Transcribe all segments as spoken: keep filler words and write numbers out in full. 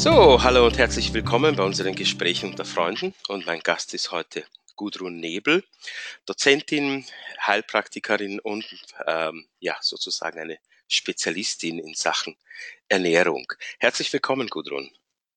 So, hallo und herzlich willkommen bei unseren Gesprächen unter Freunden. Und mein Gast ist heute Gudrun Nebel, Dozentin, Heilpraktikerin und ähm, ja sozusagen eine Spezialistin in Sachen Ernährung. Herzlich willkommen, Gudrun.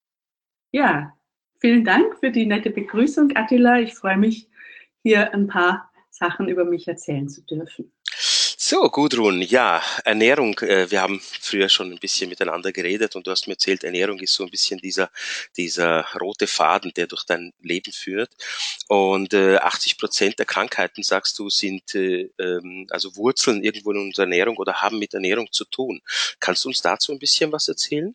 Ja, vielen Dank für die nette Begrüßung, Attila. Ich freue mich, hier ein paar Sachen über mich erzählen zu dürfen. So, Gudrun, ja, Ernährung, äh, wir haben früher schon ein bisschen miteinander geredet und du hast mir erzählt, Ernährung ist so ein bisschen dieser, dieser rote Faden, der durch dein Leben führt. Und äh, achtzig Prozent der Krankheiten, sagst du, sind äh, ähm, also Wurzeln irgendwo in unserer Ernährung oder haben mit Ernährung zu tun. Kannst du uns dazu ein bisschen was erzählen?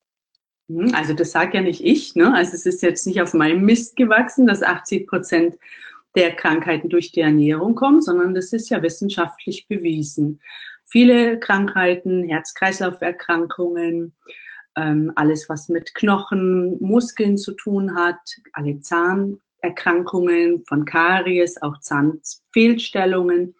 Hm, Also das sage ja nicht ich, ne? Also es ist jetzt nicht auf meinem Mist gewachsen, dass achtzig Prozent der Krankheiten durch die Ernährung kommen, sondern das ist ja wissenschaftlich bewiesen. Viele Krankheiten, Herz-Kreislauf-Erkrankungen, ähm, alles, was mit Knochen, Muskeln zu tun hat, alle Zahnerkrankungen von Karies, auch Zahnfehlstellungen,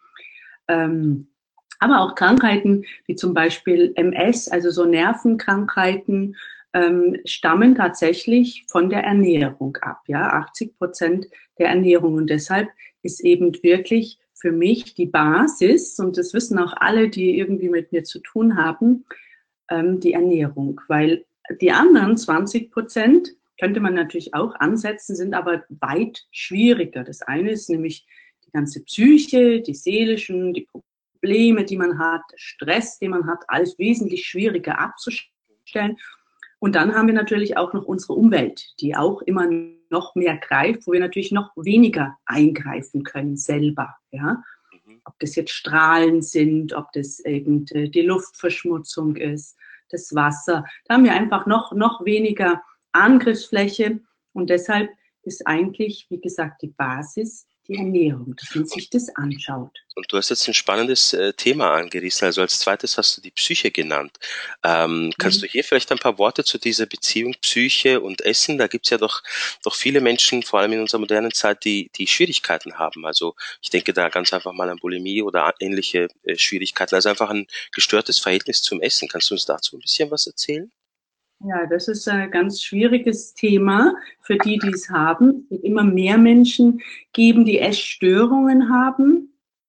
ähm, aber auch Krankheiten wie zum Beispiel M S, also so Nervenkrankheiten, ähm, stammen tatsächlich von der Ernährung ab. Ja, achtzig Prozent der Ernährung. Und deshalb ist eben wirklich für mich die Basis, und das wissen auch alle, die irgendwie mit mir zu tun haben, ähm, die Ernährung. Weil die anderen zwanzig Prozent könnte man natürlich auch ansetzen, sind aber weit schwieriger. Das eine ist nämlich die ganze Psyche, die seelischen, die Probleme, die man hat, Stress, den man hat, alles wesentlich schwieriger abzustellen. Und dann haben wir natürlich auch noch unsere Umwelt, die auch immer noch mehr greift, wo wir natürlich noch weniger eingreifen können selber. Ja? Mhm. Ob das jetzt Strahlen sind, ob das eben die Luftverschmutzung ist, das Wasser. Da haben wir einfach noch, noch weniger Angriffsfläche. Und deshalb ist eigentlich, wie gesagt, die Basis die Ernährung, dass man sich das anschaut. Und du hast jetzt ein spannendes äh, Thema angerissen. Also als zweites hast du die Psyche genannt. Ähm, kannst du hier vielleicht ein paar Worte zu dieser Beziehung Psyche und Essen? Da gibt's ja doch, doch viele Menschen, vor allem in unserer modernen Zeit, die, die Schwierigkeiten haben. Also ich denke da ganz einfach mal an Bulimie oder ähnliche äh, Schwierigkeiten. Also einfach ein gestörtes Verhältnis zum Essen. Kannst du uns dazu ein bisschen was erzählen? Ja, das ist ein ganz schwieriges Thema für die, die es haben. Es wird immer mehr Menschen geben, die Essstörungen haben.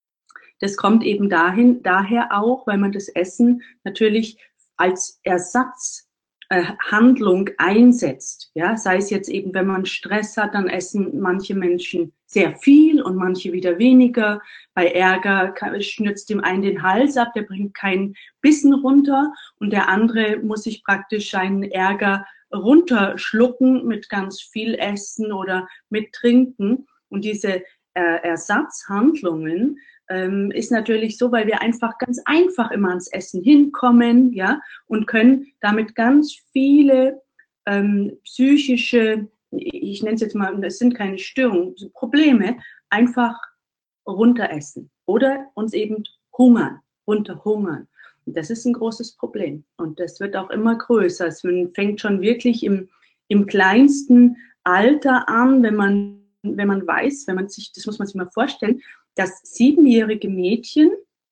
Das kommt eben dahin, daher auch, weil man das Essen natürlich als Ersatzhandlung äh, einsetzt. Ja, sei es jetzt eben, wenn man Stress hat, dann essen manche Menschen sehr viel und manche wieder weniger. Bei Ärger schnürzt dem einen den Hals ab, der bringt keinen Bissen runter und der andere muss sich praktisch seinen Ärger runterschlucken mit ganz viel Essen oder mit Trinken. Und diese äh, Ersatzhandlungen ähm, ist natürlich so, weil wir einfach ganz einfach immer ans Essen hinkommen, ja, und können damit ganz viele ähm, psychische, ich nenne es jetzt mal, das sind keine Störungen, Probleme, einfach runteressen oder uns eben hungern, runterhungern. Und das ist ein großes Problem. Und das wird auch immer größer. Es fängt schon wirklich im, im kleinsten Alter an, wenn man, wenn man weiß, wenn man sich, das muss man sich mal vorstellen, dass siebenjährige Mädchen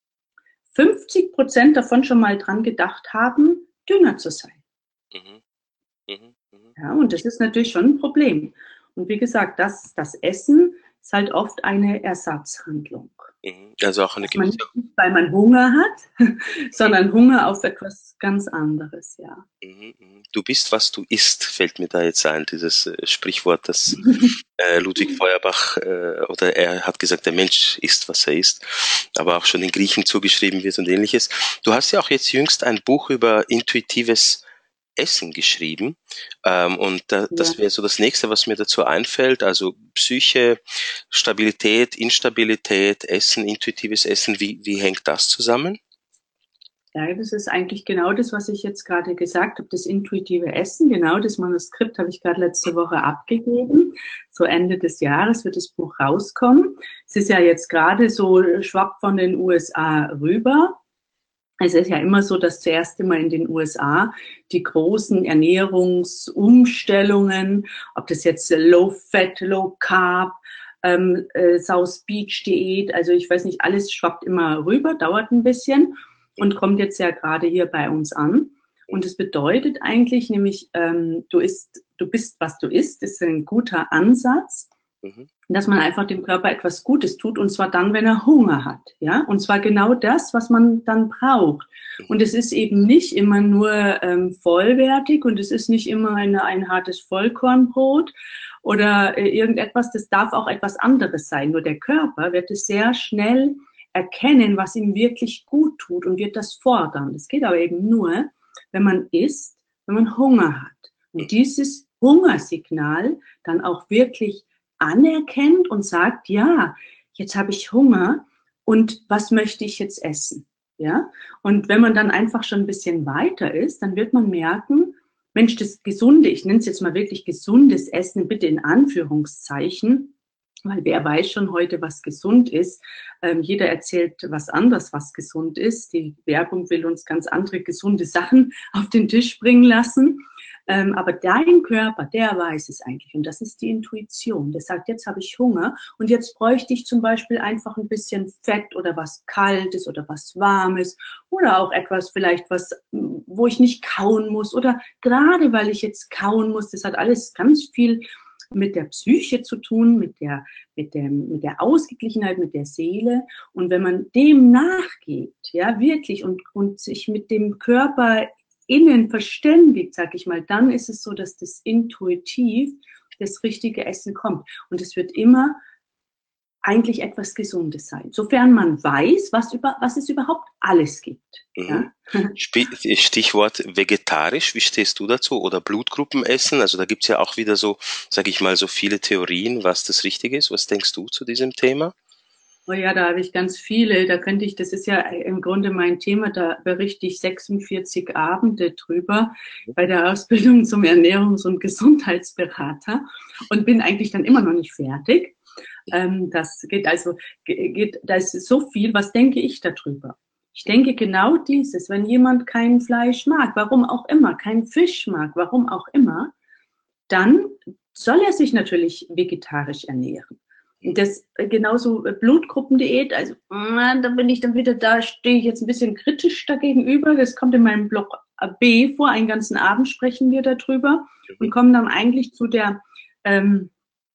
fünfzig Prozent davon schon mal dran gedacht haben, dünner zu sein. Mhm. Mhm. Mhm. Ja, und das ist natürlich schon ein Problem. Und wie gesagt, das, das Essen ist halt oft eine Ersatzhandlung. Mhm. Also auch eine Dass man gewisse. nicht, weil man Hunger hat, sondern Hunger auf etwas ganz anderes, ja. Mhm, mhm. Du bist, was du isst, fällt mir da jetzt ein, dieses äh, Sprichwort, das äh, Ludwig Feuerbach, äh, oder er hat gesagt, der Mensch isst, was er isst, aber auch schon den Griechen zugeschrieben wird und ähnliches. Du hast ja auch jetzt jüngst ein Buch über intuitives Essen geschrieben, ähm, und da, Ja. das wäre so das Nächste, was mir dazu einfällt, also Psyche, Stabilität, Instabilität, Essen, intuitives Essen, wie, wie hängt das zusammen? Ja, das ist eigentlich genau das, was ich jetzt gerade gesagt habe, das intuitive Essen. Genau das Manuskript habe ich gerade letzte Woche abgegeben. So Ende des Jahres wird das Buch rauskommen. Es ist ja jetzt gerade so, schwappt von den U S A rüber. Es ist ja immer so, dass zuerst immer in den U S A die großen Ernährungsumstellungen, ob das jetzt Low Fat, Low Carb, ähm, äh, South Beach Diät, also ich weiß nicht, alles schwappt immer rüber, dauert ein bisschen und kommt jetzt ja gerade hier bei uns an. Und es bedeutet eigentlich nämlich, ähm, du isst, du bist, was du isst, ist ein guter Ansatz, Mhm. dass man einfach dem Körper etwas Gutes tut, und zwar dann, wenn er Hunger hat, ja, und zwar genau das, was man dann braucht. Und es ist eben nicht immer nur ähm, vollwertig, und es ist nicht immer eine, ein hartes Vollkornbrot oder äh, irgendetwas, das darf auch etwas anderes sein. Nur der Körper wird es sehr schnell erkennen, was ihm wirklich gut tut, und wird das fordern. Das geht aber eben nur, wenn man isst, wenn man Hunger hat. Und dieses Hungersignal dann auch wirklich anerkennt und sagt, ja, jetzt habe ich Hunger und was möchte ich jetzt essen? Ja? Und wenn man dann einfach schon ein bisschen weiter ist, dann wird man merken, Mensch, das Gesunde, ich nenne es jetzt mal wirklich gesundes Essen, bitte in Anführungszeichen, weil wer weiß schon heute, was gesund ist. Ähm, jeder erzählt was anderes, was gesund ist. Die Werbung will uns ganz andere gesunde Sachen auf den Tisch bringen lassen. Ähm, aber dein Körper, der weiß es eigentlich. Und das ist die Intuition. Der sagt, jetzt habe ich Hunger und jetzt bräuchte ich zum Beispiel einfach ein bisschen Fett oder was Kaltes oder was Warmes oder auch etwas vielleicht, was, wo ich nicht kauen muss. Oder gerade weil ich jetzt kauen muss, das hat alles ganz viel mit der Psyche zu tun, mit der, mit der, mit der Ausgeglichenheit, mit der Seele. Und wenn man dem nachgeht, ja, wirklich, und, und sich mit dem Körper innen verständigt, sag ich mal, dann ist es so, dass das intuitiv das richtige Essen kommt. Und es wird immer eigentlich etwas Gesundes sein, sofern man weiß, was, über, was es überhaupt alles gibt. Mhm. Ja? Stichwort vegetarisch, wie stehst du dazu? Oder Blutgruppenessen? Also da gibt's ja auch wieder so, sage ich mal, so viele Theorien, was das Richtige ist. Was denkst du zu diesem Thema? Oh ja, da habe ich ganz viele. Da könnte ich, das ist ja im Grunde mein Thema, da berichte ich sechsundvierzig Abende drüber bei der Ausbildung zum Ernährungs- und Gesundheitsberater und bin eigentlich dann immer noch nicht fertig. Ähm, das geht also, geht, da ist so viel. Was denke ich darüber? Ich denke genau dieses, wenn jemand kein Fleisch mag, warum auch immer, kein Fisch mag, warum auch immer, dann soll er sich natürlich vegetarisch ernähren. Das genauso Blutgruppendiät, also da bin ich dann wieder, da stehe ich jetzt ein bisschen kritisch dagegenüber. Das kommt in meinem Blog B vor, einen ganzen Abend sprechen wir darüber und kommen dann eigentlich zu der ähm,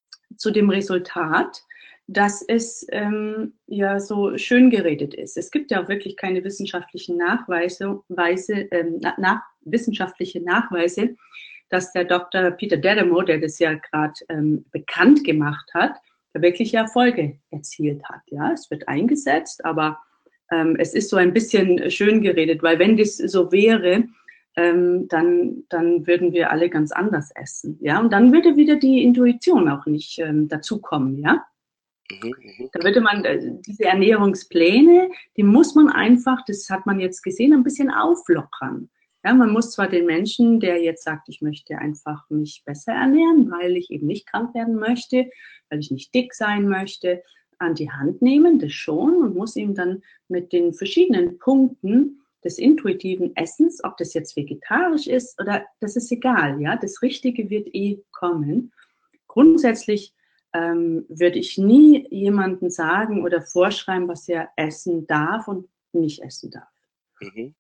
zu dem Resultat, dass es ähm, ja so schön geredet ist. Es gibt ja auch wirklich keine wissenschaftlichen Nachweise, Weise, ähm, nach, wissenschaftliche Nachweise, dass der Doktor Peter Dedemo, der das ja gerade ähm, bekannt gemacht hat, der wirklich Erfolge erzielt hat. Ja, es wird eingesetzt, aber ähm, es ist so ein bisschen schön geredet, weil wenn das so wäre, ähm, dann, dann würden wir alle ganz anders essen. Ja, und dann würde wieder die Intuition auch nicht ähm, dazukommen. Ja, Mhm, mhm. da würde man äh, diese Ernährungspläne, die muss man einfach, das hat man jetzt gesehen, ein bisschen auflockern. Ja, man muss zwar den Menschen, der jetzt sagt, ich möchte einfach mich besser ernähren, weil ich eben nicht krank werden möchte, weil ich nicht dick sein möchte, an die Hand nehmen, das schon, und muss ihm dann mit den verschiedenen Punkten des intuitiven Essens, ob das jetzt vegetarisch ist oder das ist egal, ja, das Richtige wird eh kommen. Grundsätzlich ähm, würde ich nie jemandem sagen oder vorschreiben, was er essen darf und nicht essen darf. Mhm.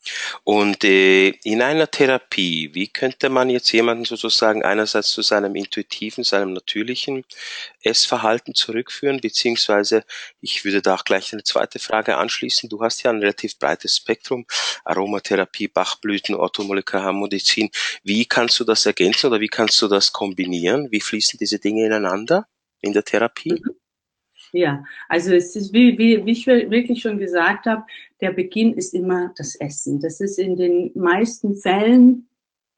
Und äh, in einer Therapie, wie könnte man jetzt jemanden sozusagen einerseits zu seinem intuitiven, seinem natürlichen Essverhalten zurückführen, beziehungsweise ich würde da auch gleich eine zweite Frage anschließen. Du hast ja ein relativ breites Spektrum, Aromatherapie, Bachblüten, Orthomolekularmedizin. Wie kannst du das ergänzen oder wie kannst du das kombinieren? Wie fließen diese Dinge ineinander in der Therapie? Mhm. Ja, also es ist, wie, wie, wie ich wirklich schon gesagt habe, der Beginn ist immer das Essen. Das ist in den meisten Fällen,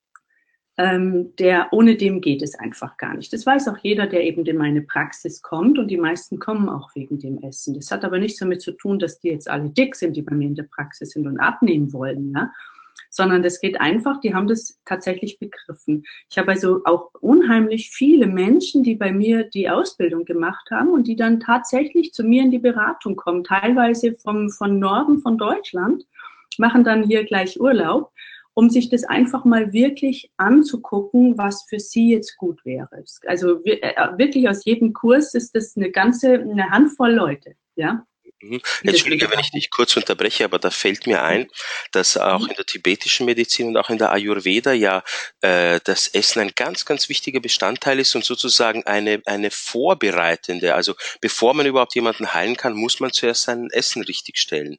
ähm, der, ohne dem geht es einfach gar nicht. Das weiß auch jeder, der eben in meine Praxis kommt, und die meisten kommen auch wegen dem Essen. Das hat aber nichts damit zu tun, dass die jetzt alle dick sind, die bei mir in der Praxis sind und abnehmen wollen, ja? Sondern das geht einfach, die haben das tatsächlich begriffen. Ich habe also auch unheimlich viele Menschen, die bei mir die Ausbildung gemacht haben und die dann tatsächlich zu mir in die Beratung kommen, teilweise vom, von Norden von Deutschland, machen dann hier gleich Urlaub, um sich das einfach mal wirklich anzugucken, was für sie jetzt gut wäre. Also wirklich aus jedem Kurs ist das eine ganze, eine Handvoll Leute, ja. Mhm. wie das Entschuldige, wenn wieder. ich dich kurz unterbreche, aber da fällt mir ein, dass auch in der tibetischen Medizin und auch in der Ayurveda ja äh, das Essen ein ganz, ganz wichtiger Bestandteil ist und sozusagen eine, eine vorbereitende. Also bevor man überhaupt jemanden heilen kann, muss man zuerst sein Essen richtig stellen.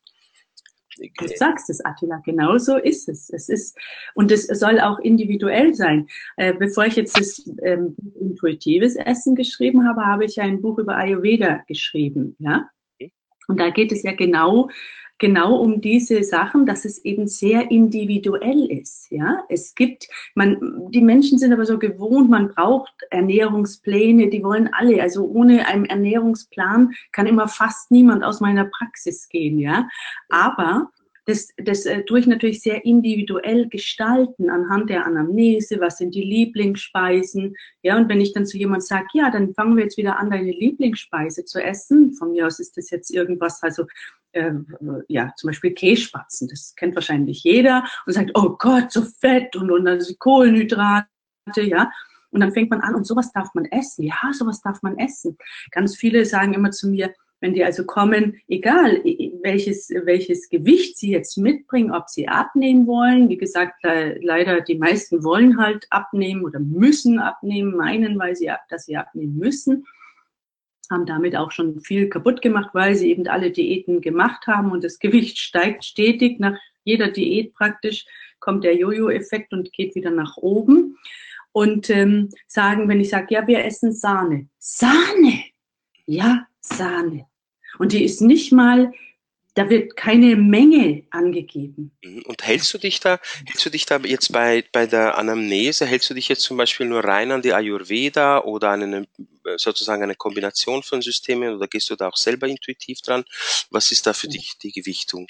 Du sagst es, Attila, genau so ist es. Es ist, und es soll auch individuell sein. Äh, bevor ich jetzt das ähm, intuitives Essen geschrieben habe, habe ich ein Buch über Ayurveda geschrieben, ja. Und da geht es ja genau, genau um diese Sachen, dass es eben sehr individuell ist, ja. Es gibt, man, die Menschen sind aber so gewohnt, man braucht Ernährungspläne, die wollen alle, also ohne einen Ernährungsplan kann immer fast niemand aus meiner Praxis gehen, ja. Aber das, das äh, tue ich natürlich sehr individuell gestalten anhand der Anamnese, was sind die Lieblingsspeisen, ja, und wenn ich dann zu jemand sage, ja, dann fangen wir jetzt wieder an, deine Lieblingsspeise zu essen, von mir aus ist das jetzt irgendwas, also äh, ja, zum Beispiel Kässpatzen, das kennt wahrscheinlich jeder und sagt, oh Gott, so fett und, und also Kohlenhydrate, ja, und dann fängt man an und sowas darf man essen, ja, sowas darf man essen. Ganz viele sagen immer zu mir, wenn die also kommen, egal welches, welches Gewicht sie jetzt mitbringen, ob sie abnehmen wollen. Wie gesagt, leider die meisten wollen halt abnehmen oder müssen abnehmen, meinen, weil sie, dass sie abnehmen müssen. Haben damit auch schon viel kaputt gemacht, weil sie eben alle Diäten gemacht haben und das Gewicht steigt stetig. Nach jeder Diät praktisch kommt der Jojo-Effekt und geht wieder nach oben. Und ähm, sagen, wenn ich sage, ja, wir essen Sahne. Sahne! Ja, Sahne. Und die ist nicht mal, da wird keine Menge angegeben. Und hältst du dich da, hältst du dich da jetzt bei, bei der Anamnese, hältst du dich jetzt zum Beispiel nur rein an die Ayurveda oder an eine, sozusagen eine Kombination von Systemen oder gehst du da auch selber intuitiv dran? Was ist da für dich die Gewichtung?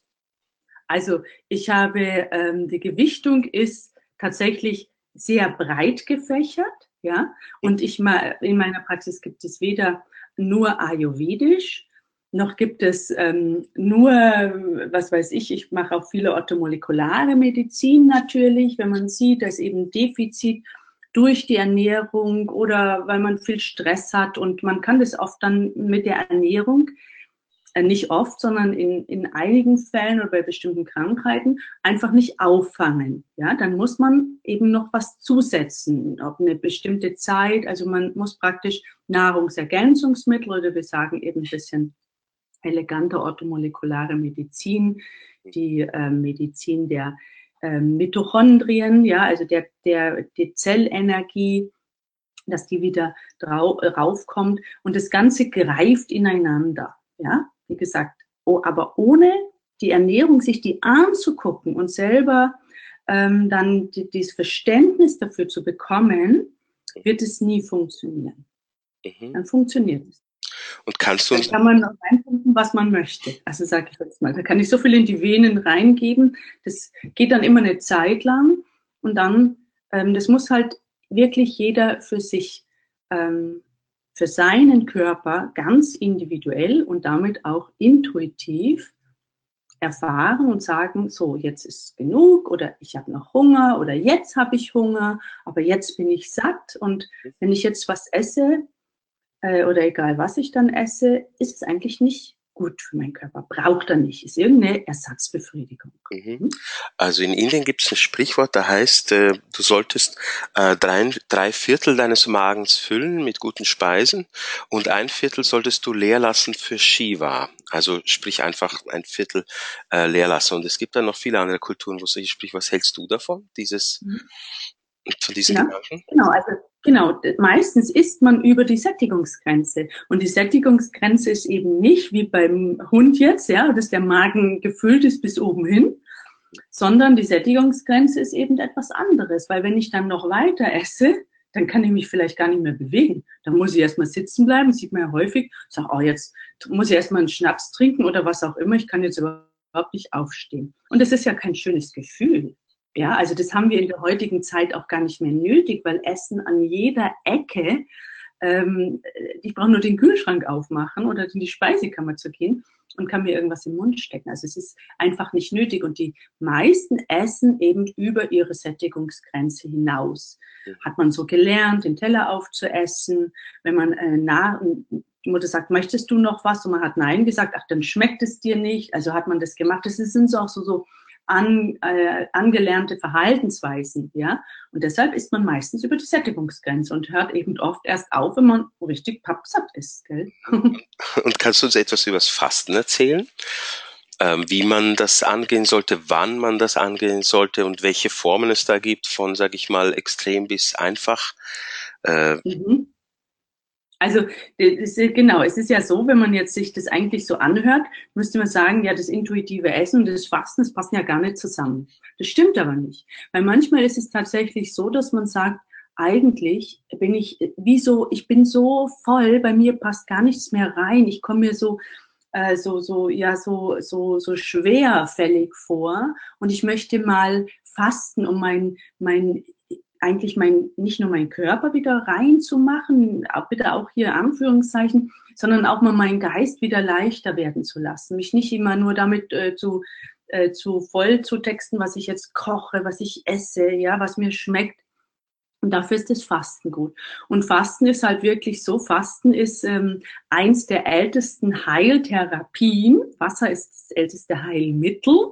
Also ich habe, ähm, die Gewichtung ist tatsächlich sehr breit gefächert, ja, und ich mal, in meiner Praxis gibt es weder nur Ayurvedisch, noch gibt es ähm, nur, was weiß ich, ich mache auch viele orthomolekulare Medizin natürlich, wenn man sieht, dass eben Defizit durch die Ernährung oder weil man viel Stress hat und man kann das oft dann mit der Ernährung, äh, nicht oft, sondern in, in einigen Fällen oder bei bestimmten Krankheiten einfach nicht auffangen. Ja, dann muss man eben noch was zusetzen, ob eine bestimmte Zeit, also man muss praktisch Nahrungsergänzungsmittel oder wir sagen eben ein bisschen elegante orthomolekulare Medizin, die äh, Medizin der äh, Mitochondrien, ja, also der, der, die Zellenergie, dass die wieder drau raufkommt und das Ganze greift ineinander, ja, wie gesagt, oh, aber ohne die Ernährung sich die anzugucken und selber ähm, dann die, dieses Verständnis dafür zu bekommen, wird es nie funktionieren. Mhm. Dann funktioniert es. Und kannst du uns, Da kann man noch reinpumpen, was man möchte. Also sage ich jetzt mal, da kann ich so viel in die Venen reingeben. Das geht dann immer eine Zeit lang und dann, ähm, das muss halt wirklich jeder für sich, ähm, für seinen Körper ganz individuell und damit auch intuitiv erfahren und sagen, so, jetzt ist genug oder ich habe noch Hunger oder jetzt habe ich Hunger, aber jetzt bin ich satt und wenn ich jetzt was esse, oder egal was ich dann esse, ist es eigentlich nicht gut für meinen Körper. Braucht er nicht. Ist irgendeine Ersatzbefriedigung. mhm. Hm? Also in Indien gibt es ein Sprichwort, da heißt, äh, du solltest äh, drei, drei Viertel deines Magens füllen mit guten Speisen und ein Viertel solltest du leer lassen für Shiva. Also sprich einfach ein Viertel äh, leer lassen. Und es gibt dann noch viele andere Kulturen, wo solche Sprich, was hältst du davon, dieses, von diesen Ja, Gedanken? genau. Also genau. Meistens isst man über die Sättigungsgrenze und die Sättigungsgrenze ist eben nicht wie beim Hund jetzt, ja, dass der Magen gefüllt ist bis oben hin, sondern die Sättigungsgrenze ist eben etwas anderes, weil wenn ich dann noch weiter esse, dann kann ich mich vielleicht gar nicht mehr bewegen. Dann muss ich erstmal sitzen bleiben, sieht man ja häufig, sag, oh, jetzt muss ich erstmal einen Schnaps trinken oder was auch immer, ich kann jetzt überhaupt nicht aufstehen. Und das ist ja kein schönes Gefühl. Ja, also das haben wir in der heutigen Zeit auch gar nicht mehr nötig, weil Essen an jeder Ecke, ähm, ich brauche nur den Kühlschrank aufmachen oder in die Speisekammer zu gehen und kann mir irgendwas im Mund stecken. Also es ist einfach nicht nötig und die meisten essen eben über ihre Sättigungsgrenze hinaus. Hat man so gelernt, den Teller aufzuessen, wenn man äh, nah, die Mutter sagt, möchtest du noch was? Und man hat Nein gesagt, ach, dann schmeckt es dir nicht. Also hat man das gemacht. Das sind so auch so, so an, äh, angelernte Verhaltensweisen, ja. Und deshalb isst man meistens über die Sättigungsgrenze und hört eben oft erst auf, wenn man richtig pappsatt ist, gell? Und kannst du uns etwas über das Fasten erzählen? Ähm, wie man das angehen sollte, wann man das angehen sollte und welche Formen es da gibt, von, sage ich mal, extrem bis einfach. Äh, Mhm. Also es ist, genau, es ist ja so, wenn man jetzt sich das eigentlich so anhört, müsste man sagen, ja, das intuitive Essen und das Fasten, das passen ja gar nicht zusammen. Das stimmt aber nicht. Weil manchmal ist es tatsächlich so, dass man sagt, eigentlich bin ich wie so, ich bin so voll, bei mir passt gar nichts mehr rein. Ich komme mir so, äh, so, so, ja, so, so, so schwerfällig vor und ich möchte mal fasten, um mein, mein eigentlich mein, nicht nur meinen Körper wieder reinzumachen, auch bitte auch hier Anführungszeichen, sondern auch mal meinen Geist wieder leichter werden zu lassen. Mich nicht immer nur damit äh, zu, äh, zu voll zu texten, was ich jetzt koche, was ich esse, ja, was mir schmeckt. Und dafür ist das Fasten gut. Und Fasten ist halt wirklich so, Fasten ist ähm, eins der ältesten Heiltherapien. Wasser ist das älteste Heilmittel.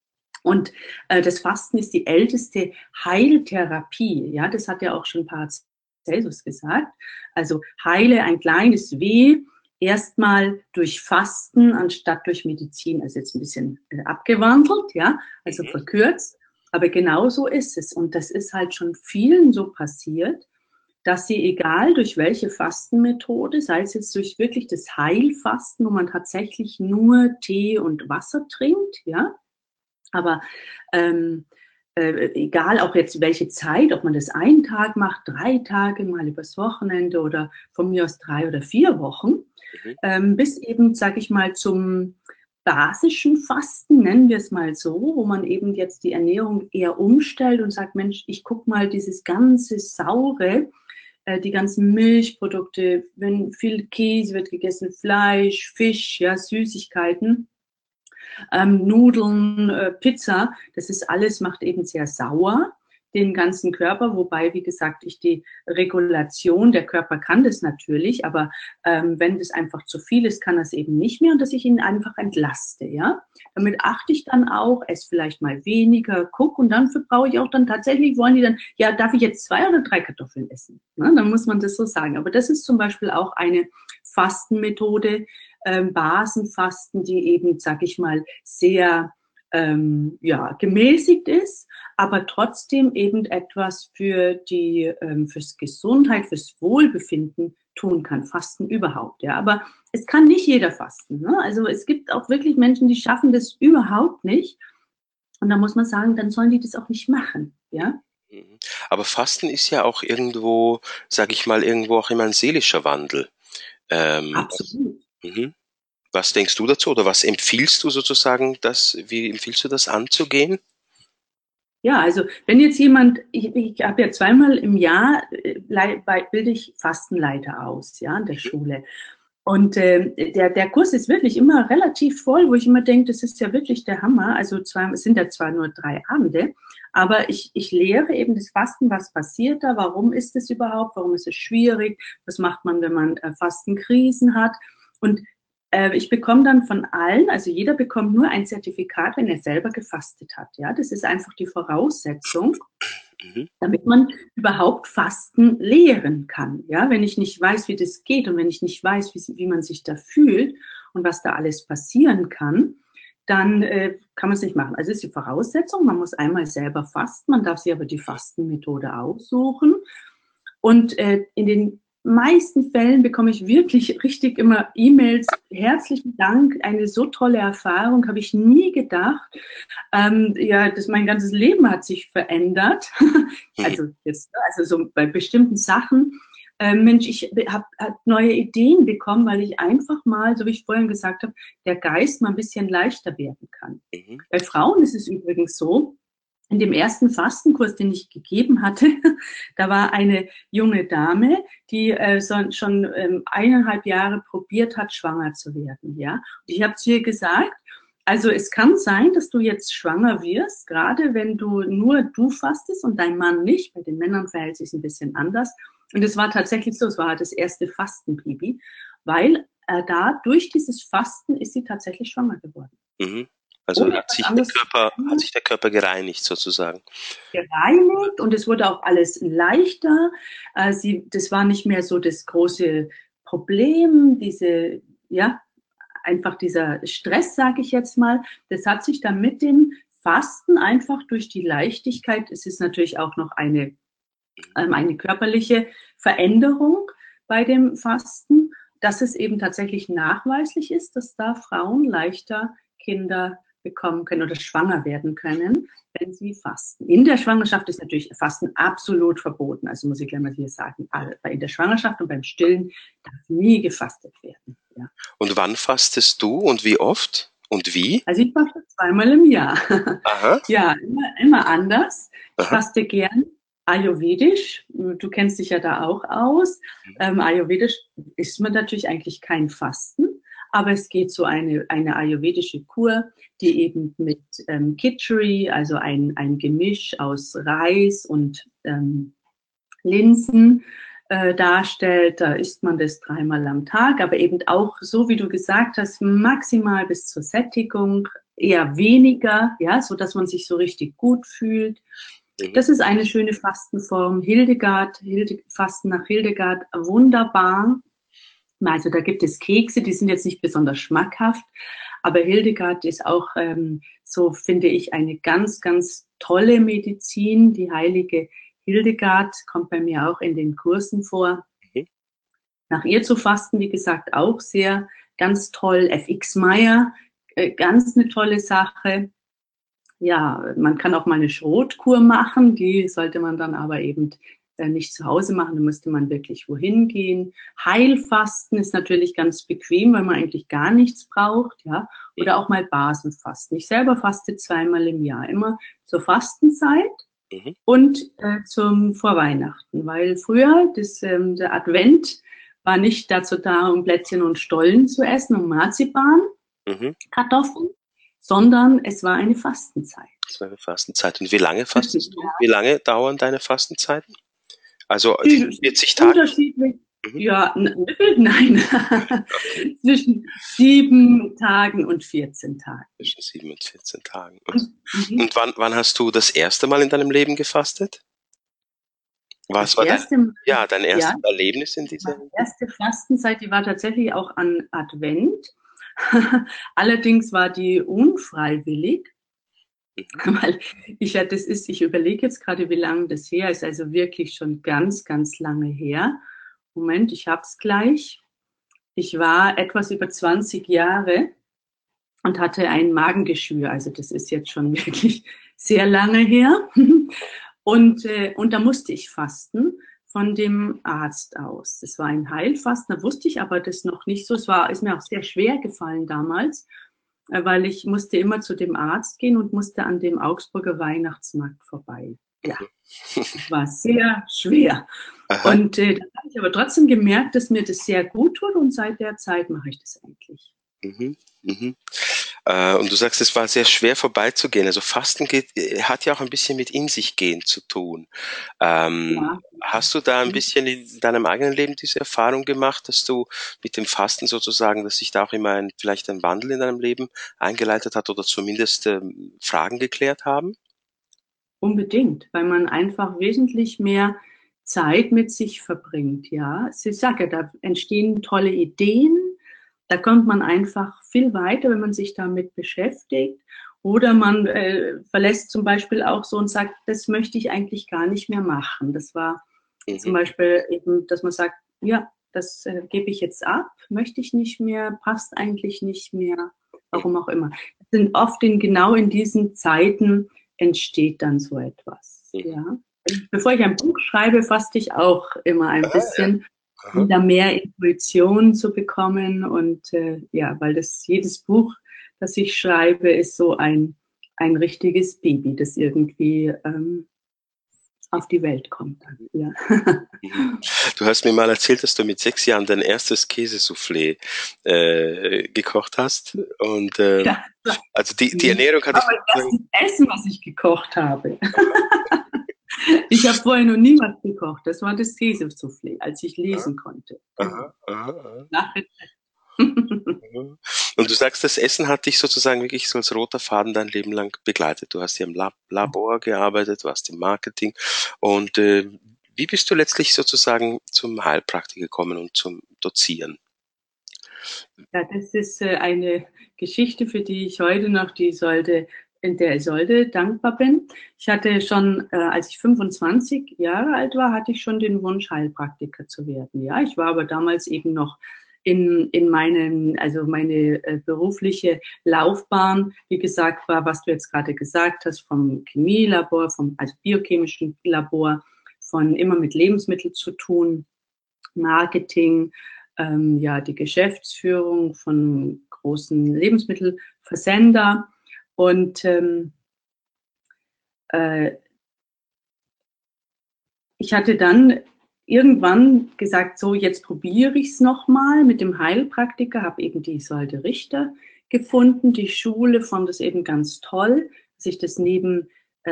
Und äh, das Fasten ist die älteste Heiltherapie. Ja, das hat ja auch schon Paracelsus gesagt. Also heile ein kleines Weh erstmal durch Fasten anstatt durch Medizin. Also jetzt ein bisschen äh, abgewandelt, ja, also verkürzt. Aber genau so ist es. Und das ist halt schon vielen so passiert, dass sie, egal durch welche Fastenmethode, sei es jetzt durch wirklich das Heilfasten, wo man tatsächlich nur Tee und Wasser trinkt, ja, aber ähm, äh, egal auch jetzt welche Zeit, ob man das einen Tag macht, drei Tage, mal übers Wochenende oder von mir aus drei oder vier Wochen, mhm. ähm, bis eben, sage ich mal, zum basischen Fasten, nennen wir es mal so, wo man eben jetzt die Ernährung eher umstellt und sagt, Mensch, ich gucke mal dieses ganze Saure, äh, die ganzen Milchprodukte, wenn viel Käse wird gegessen, Fleisch, Fisch, ja, Süßigkeiten, ähm, Nudeln, äh, Pizza, das ist alles, macht eben sehr sauer den ganzen Körper, wobei, wie gesagt, ich die Regulation, der Körper kann das natürlich, aber ähm, wenn das einfach zu viel ist, kann das eben nicht mehr und dass ich ihn einfach entlaste, ja. Damit achte ich dann auch, esse vielleicht mal weniger, guck und dann brauche ich auch dann tatsächlich, wollen die dann, ja, darf ich jetzt zwei oder drei Kartoffeln essen? Ne? Dann muss man das so sagen. Aber das ist zum Beispiel auch eine Fastenmethode, ähm, Basenfasten, die eben, sag ich mal, sehr ähm, ja, gemäßigt ist, aber trotzdem eben etwas für die, ähm, fürs Gesundheit, fürs Wohlbefinden tun kann. Fasten überhaupt, ja. Aber es kann nicht jeder fasten. Ne? Also es gibt auch wirklich Menschen, die schaffen das überhaupt nicht. Und da muss man sagen, dann sollen die das auch nicht machen, ja. Mhm. Aber Fasten ist ja auch irgendwo, sage ich mal, irgendwo auch immer ein seelischer Wandel. Ähm, was, Absolut. mhm. Was denkst du dazu oder was empfiehlst du sozusagen, das, wie empfiehlst du das anzugehen? Ja, also wenn jetzt jemand, ich, ich habe ja zweimal im Jahr, äh, bilde ich Fastenleiter aus, ja, an der Mhm. Schule. Und äh, der, der Kurs ist wirklich immer relativ voll, wo ich immer denke, das ist ja wirklich der Hammer. Also zwar, es sind ja zwar nur drei Abende, aber ich, ich lehre eben das Fasten, was passiert da, warum ist es überhaupt, warum ist es schwierig, was macht man, wenn man äh, Fastenkrisen hat. Und äh, ich bekomme dann von allen, also jeder bekommt nur ein Zertifikat, wenn er selber gefastet hat. Ja, das ist einfach die Voraussetzung, Mhm. damit man überhaupt Fasten lehren kann. Ja, wenn ich nicht weiß, wie das geht und wenn ich nicht weiß, wie, wie man sich da fühlt und was da alles passieren kann, dann äh, kann man es nicht machen. Also ist die Voraussetzung, man muss einmal selber fasten, man darf sich aber die Fastenmethode aussuchen. Und äh, in den meisten Fällen bekomme ich wirklich richtig immer E-Mails. Herzlichen Dank, eine so tolle Erfahrung, habe ich nie gedacht. Ähm, ja, das, mein ganzes Leben hat sich verändert. Mhm. Also jetzt, also so bei bestimmten Sachen. Ähm, Mensch, ich habe hab neue Ideen bekommen, weil ich einfach mal, so wie ich vorhin gesagt habe, der Geist mal ein bisschen leichter werden kann. Mhm. Bei Frauen ist es übrigens so, in dem ersten Fastenkurs, den ich gegeben hatte, da war eine junge Dame, die äh, so, schon ähm, eineinhalb Jahre probiert hat, schwanger zu werden. Ja, und ich habe zu ihr gesagt, also es kann sein, dass du jetzt schwanger wirst, gerade wenn du nur du fastest und dein Mann nicht. Bei den Männern verhält sich ein bisschen anders. Und es war tatsächlich so, es war halt das erste Fastenbaby, weil äh, da durch dieses Fasten ist sie tatsächlich schwanger geworden. Mhm. Also Ohne hat was sich der anderes zu Körper, hat verändern, sich der Körper gereinigt sozusagen. gereinigt und es wurde auch alles leichter. Äh, sie, das war nicht mehr so das große Problem, diese, ja, einfach dieser Stress, sage ich jetzt mal. Das hat sich dann mit dem Fasten einfach durch die Leichtigkeit, es ist natürlich auch noch eine, ähm, eine körperliche Veränderung bei dem Fasten, dass es eben tatsächlich nachweislich ist, dass da Frauen leichter Kinder bekommen können oder schwanger werden können, wenn sie fasten. In der Schwangerschaft ist natürlich Fasten absolut verboten. Also muss ich gleich mal hier sagen, in der Schwangerschaft und beim Stillen darf nie gefastet werden. Ja. Und wann fastest du und wie oft und wie? Also ich faste zweimal im Jahr. Aha, Ja, immer, immer anders. Ich aha. faste gern ayurvedisch. Du kennst dich ja da auch aus. Ähm, ayurvedisch ist man natürlich eigentlich kein Fasten, aber es geht so eine, eine ayurvedische Kur, die eben mit ähm, Khichdi, also ein, ein Gemisch aus Reis und ähm, Linsen äh, darstellt. Da isst man das dreimal am Tag, aber eben auch so, wie du gesagt hast, maximal bis zur Sättigung, eher weniger, ja, so dass man sich so richtig gut fühlt. Mhm. Das ist eine schöne Fastenform. Hildegard, Hilde, Fasten nach Hildegard, wunderbar. Also da gibt es Kekse, die sind jetzt nicht besonders schmackhaft, aber Hildegard ist auch, ähm, so finde ich, eine ganz, ganz tolle Medizin. Die heilige Hildegard kommt bei mir auch in den Kursen vor. Mhm. Nach ihr zu fasten, wie gesagt, auch sehr, ganz toll. F X Meyer, äh, ganz eine tolle Sache. Ja, man kann auch mal eine Schrotkur machen, die sollte man dann aber eben äh, nicht zu Hause machen, da müsste man wirklich wohin gehen. Heilfasten ist natürlich ganz bequem, weil man eigentlich gar nichts braucht, ja, oder auch mal Basenfasten. Ich selber faste zweimal im Jahr, immer zur Fastenzeit Mhm. und äh, zum vor Weihnachten, weil früher das, ähm, der Advent war nicht dazu da, um Plätzchen und Stollen zu essen und Marzipan, Mhm. Kartoffeln, sondern es war eine Fastenzeit. Das war eine Fastenzeit. Und wie lange fastest du? Ja, Wie lange dauern deine Fastenzeiten? Also die die vierzig Tage? unterschiedlich. Mhm. Ja, nein, Okay, zwischen sieben Tagen und vierzehn Tagen. zwischen sieben und vierzehn Tagen. Und, Und, mhm. und wann, wann hast du das erste Mal in deinem Leben gefastet? Das Was war dein, erste Mal, ja, dein ja, erstes Erlebnis in dieser meine Hinsicht? erste Fastenzeit, die war tatsächlich auch an Advent. Allerdings war die unfreiwillig, Mhm. weil ich ja, das ist, ich überlege jetzt gerade, wie lange das her ist, also wirklich schon ganz, ganz lange her. Moment, ich hab's gleich. Ich war etwas über zwanzig Jahre und hatte ein Magengeschwür. Also das ist jetzt schon wirklich sehr lange her. Und, äh, und da musste ich fasten von dem Arzt aus. Das war ein Heilfasten, da wusste ich aber das noch nicht so. Es war, ist mir auch sehr schwer gefallen damals, äh, weil ich musste immer zu dem Arzt gehen und musste an dem Augsburger Weihnachtsmarkt vorbei. Ja, es war sehr schwer. Aha. Und äh, dann habe ich aber trotzdem gemerkt, dass mir das sehr gut tut und seit der Zeit mache ich das eigentlich. Mhm. Mhm. Äh, und du sagst, es war sehr schwer vorbeizugehen. Also Fasten geht, äh, hat ja auch ein bisschen mit in sich gehen zu tun. Ähm, Ja. hast du da ein bisschen in deinem eigenen Leben diese Erfahrung gemacht, dass du mit dem Fasten sozusagen, dass sich da auch immer ein, vielleicht ein Wandel in deinem Leben eingeleitet hat oder zumindest ähm, Fragen geklärt haben? Unbedingt, weil man einfach wesentlich mehr Zeit mit sich verbringt, ja. Ich sage ja, da entstehen tolle Ideen, da kommt man einfach viel weiter, wenn man sich damit beschäftigt. Oder man äh, verlässt zum Beispiel auch so und sagt, das möchte ich eigentlich gar nicht mehr machen. Das war zum Mhm. Beispiel eben, dass man sagt, ja, das äh, gebe ich jetzt ab, möchte ich nicht mehr, passt eigentlich nicht mehr, Mhm. warum auch immer. Das sind oft in, genau in diesen Zeiten entsteht dann so etwas. Mhm. Ja. Bevor ich ein Buch schreibe, faste ich auch immer ein Aha, ja. bisschen, Aha. wieder mehr Intuition zu bekommen. Und äh, ja, weil das jedes Buch, das ich schreibe, ist so ein, ein richtiges Baby, das irgendwie ähm, auf die Welt kommt. Dann. Ja. Mhm. Du hast mir mal erzählt, dass du mit sechs Jahren dein erstes Käsesoufflé äh, gekocht hast. Und ähm, Ja. also die, die Mhm. Ernährung hatte Das ich war mein sozusagen. erstes Essen, was ich gekocht habe. Ich habe vorher noch nie was gekocht. Das war das Käsesoufflé, als ich Aha, lesen konnte. Genau. aha, aha, aha. Nach Rezept. Mhm. Und du sagst, das Essen hat dich sozusagen wirklich so als roter Faden dein Leben lang begleitet. Du hast ja im Lab Labor gearbeitet, warst im Marketing und äh, wie bist du letztlich sozusagen zum Heilpraktiker gekommen und zum Dozieren? Ja, das ist äh, eine Geschichte, für die ich heute noch die Solde, in der Solde dankbar bin. Ich hatte schon, äh, als ich fünfundzwanzig Jahre alt war, hatte ich schon den Wunsch, Heilpraktiker zu werden. Ja, ich war aber damals eben noch in, in meinen, also meine äh, berufliche Laufbahn, wie gesagt, war, was du jetzt gerade gesagt hast, vom Chemielabor, vom, also biochemischen Labor, von immer mit Lebensmitteln zu tun, Marketing, ähm, ja, die Geschäftsführung von großen Lebensmittelversender. Und ähm, äh, ich hatte dann irgendwann gesagt, so jetzt probiere ich es nochmal mit dem Heilpraktiker, habe eben die Isolde Richter gefunden. Die Schule fand es eben ganz toll, dass ich das nebenbei,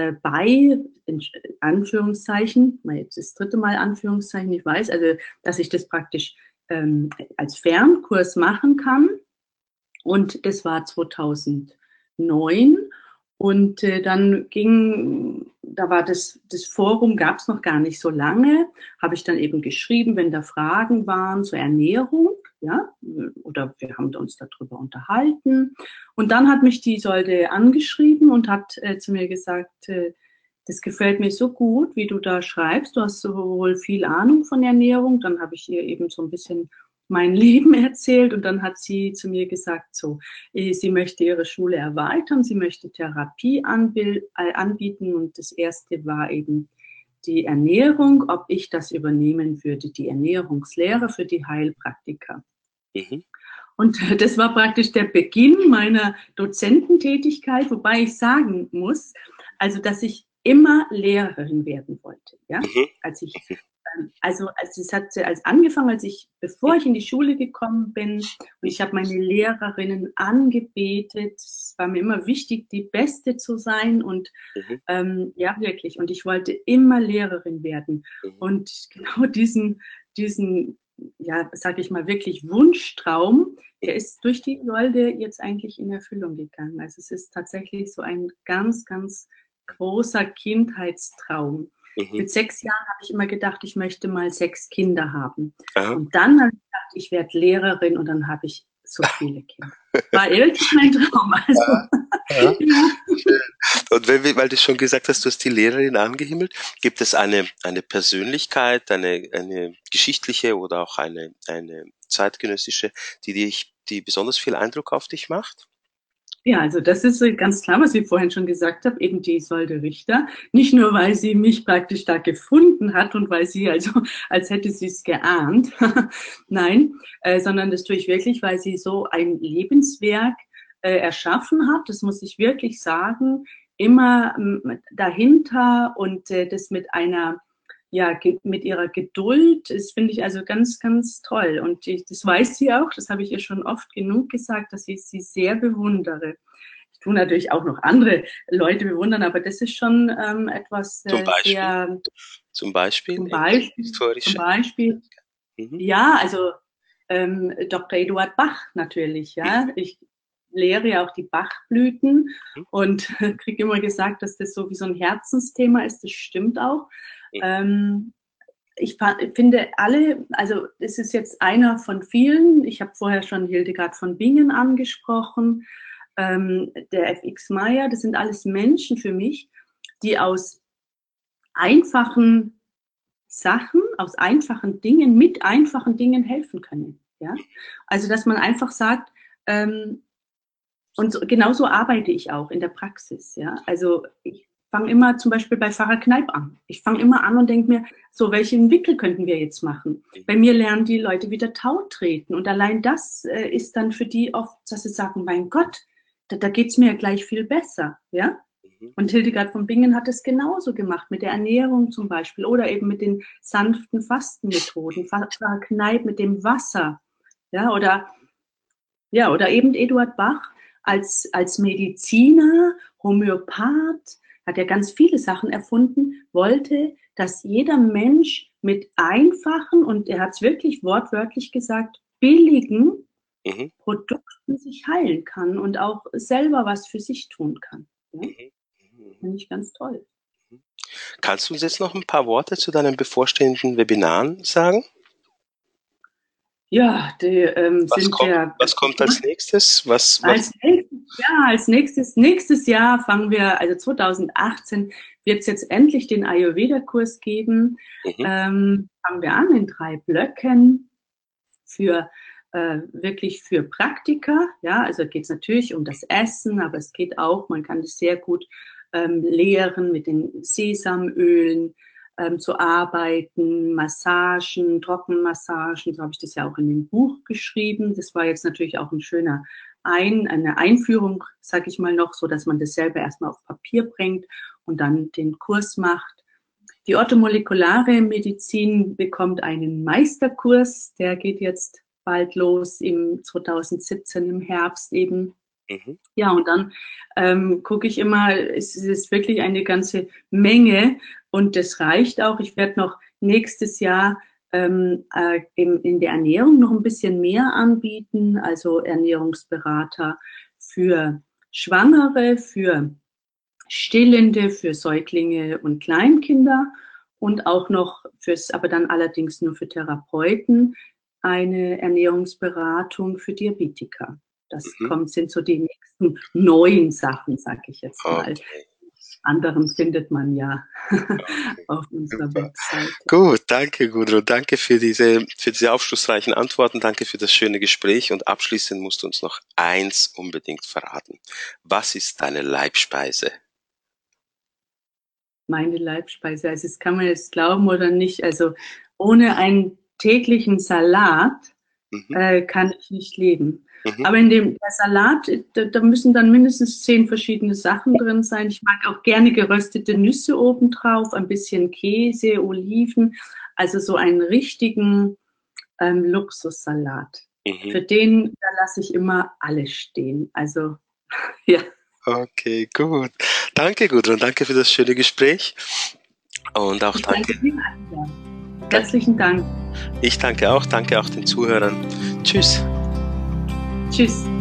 in Anführungszeichen, jetzt das dritte Mal Anführungszeichen, ich weiß, also dass ich das praktisch ähm, als Fernkurs machen kann. Und das war zweitausendneun. Und äh, dann ging, da war das, das Forum gab es noch gar nicht so lange, habe ich dann eben geschrieben, wenn da Fragen waren zur Ernährung, ja, oder wir haben uns darüber unterhalten. Und dann hat mich die Solde angeschrieben und hat äh, zu mir gesagt, äh, das gefällt mir so gut, wie du da schreibst. Du hast so wohl viel Ahnung von Ernährung. Dann habe ich ihr eben so ein bisschen mein Leben erzählt und dann hat sie zu mir gesagt, so, sie möchte ihre Schule erweitern, sie möchte Therapie anbieten und das erste war eben die Ernährung, ob ich das übernehmen würde, die Ernährungslehre für die Heilpraktiker. Mhm. Und das war praktisch der Beginn meiner Dozententätigkeit, wobei ich sagen muss, also dass ich immer Lehrerin werden wollte. Ja? Mhm. Als ich, ähm, also als es hat als angefangen, als ich, bevor ich in die Schule gekommen bin und ich habe meine Lehrerinnen angebetet. Es war mir immer wichtig, die Beste zu sein und Mhm. ähm, ja wirklich. Und ich wollte immer Lehrerin werden. Mhm. Und genau diesen, diesen ja, sag ich mal, wirklich Wunschtraum, der ist durch die Golde jetzt eigentlich in Erfüllung gegangen. Also es ist tatsächlich so ein ganz, ganz großer Kindheitstraum. Mhm. Mit sechs Jahren habe ich immer gedacht, ich möchte mal sechs Kinder haben. Aha. Und dann habe ich gedacht, ich werde Lehrerin und dann habe ich so viele Kinder. War wirklich mein Traum. Also, Ja. ja. Und weil, wir- weil du schon gesagt hast, du hast die Lehrerin angehimmelt, gibt es eine, eine Persönlichkeit, eine, eine geschichtliche oder auch eine, eine zeitgenössische, die dich, die besonders viel Eindruck auf dich macht? Ja, also das ist äh, ganz klar, was ich vorhin schon gesagt habe, eben die Isolde Richter. Nicht nur, weil sie mich praktisch da gefunden hat und weil sie also, als hätte sie es geahnt, nein, äh, sondern das tue ich wirklich, weil sie so ein Lebenswerk äh, erschaffen hat, das muss ich wirklich sagen, immer ähm, dahinter und äh, das mit einer ja, mit ihrer Geduld, das finde ich also ganz, ganz toll. Und ich, das weiß sie auch, das habe ich ihr schon oft genug gesagt, dass ich sie sehr bewundere. Ich tue natürlich auch noch andere Leute bewundern, aber das ist schon ähm, etwas Zum äh, Beispiel? sehr, Zum Beispiel zum etwas Beispiel, zum historische? Beispiel, Mhm. ja, also ähm, Doktor Eduard Bach natürlich, ja. Mhm. Ich lehre ja auch die Bachblüten Mhm. und kriege immer gesagt, dass das so wie so ein Herzensthema ist. Das stimmt auch. Ähm, ich finde alle, also es ist jetzt einer von vielen. Ich habe vorher schon Hildegard von Bingen angesprochen, ähm, der F X Meyer. Das sind alles Menschen für mich, die aus einfachen Sachen, aus einfachen Dingen, mit einfachen Dingen helfen können. Ja? Also, dass man einfach sagt, ähm, und so, genauso arbeite ich auch in der Praxis. Ja? Also, ich fange immer zum Beispiel bei Pfarrer Kneip an. Ich fange immer an und denke mir, so, welchen Winkel könnten wir jetzt machen? Bei mir lernen die Leute wieder Tau treten. Und allein das äh, ist dann für die oft, dass sie sagen, mein Gott, da, da geht es mir ja gleich viel besser. Ja? Mhm. Und Hildegard von Bingen hat es genauso gemacht, mit der Ernährung zum Beispiel oder eben mit den sanften Fastenmethoden, Pfarrer Kneip mit dem Wasser, ja, oder, ja, oder eben Eduard Bach als, als Mediziner, Homöopath, hat er ganz viele Sachen erfunden, wollte, dass jeder Mensch mit einfachen, und er hat es wirklich wortwörtlich gesagt, billigen Mhm. Produkten sich heilen kann und auch selber was für sich tun kann. Ja? Mhm. Mhm. Finde ich ganz toll. Kannst du uns jetzt noch ein paar Worte zu deinen bevorstehenden Webinaren sagen? Ja, die ähm, Was sind kommt, ja was kommt als nächstes? Was, was? als nächstes, ja, als nächstes, nächstes Jahr fangen wir, also zweitausendachtzehn wird es jetzt endlich den Ayurveda-Kurs geben. Mhm. Ähm, fangen wir an in drei Blöcken für äh, wirklich für Praktiker. Ja, also geht es natürlich um das Essen, aber es geht auch, man kann es sehr gut ähm, lehren mit den Sesamölen ähm, zu arbeiten, Massagen, Trockenmassagen, so habe ich das ja auch in dem Buch geschrieben. Das war jetzt natürlich auch ein schöner ein, eine Einführung, sage ich mal noch, so dass man das selber erstmal auf Papier bringt und dann den Kurs macht. Die orthomolekulare Medizin bekommt einen Meisterkurs, der geht jetzt bald los im zweitausendsiebzehn im Herbst eben. Mhm. Ja, und dann ähm, gucke ich immer, es ist wirklich eine ganze Menge und das reicht auch. Ich werde noch nächstes Jahr ähm, äh, in, in der Ernährung noch ein bisschen mehr anbieten, also Ernährungsberater für Schwangere, für Stillende, für Säuglinge und Kleinkinder und auch noch fürs, aber dann allerdings nur für Therapeuten, eine Ernährungsberatung für Diabetiker. Das Mhm. kommt, sind so die nächsten neuen Sachen, sage ich jetzt mal. Okay. Anderen findet man ja Okay. auf unserer Super. Webseite. Gut, danke Gudrun, danke für diese, für diese aufschlussreichen Antworten, danke für das schöne Gespräch und abschließend musst du uns noch eins unbedingt verraten. Was ist deine Leibspeise? Meine Leibspeise, also das kann man jetzt glauben oder nicht, also ohne einen täglichen Salat Mhm. äh, kann ich nicht leben. Mhm. Aber in dem der Salat, da, da müssen dann mindestens zehn verschiedene Sachen drin sein. Ich mag auch gerne geröstete Nüsse obendrauf, ein bisschen Käse, Oliven, also so einen richtigen ähm, Luxussalat. Mhm. Für den, da lasse ich immer alles stehen. Also ja. Okay, gut. Danke Gudrun, danke für das schöne Gespräch und auch Ich danke, danke dir, Anja. danke. Herzlichen Dank. Ich danke auch, danke auch den Zuhörern. Tschüss. Tschüss.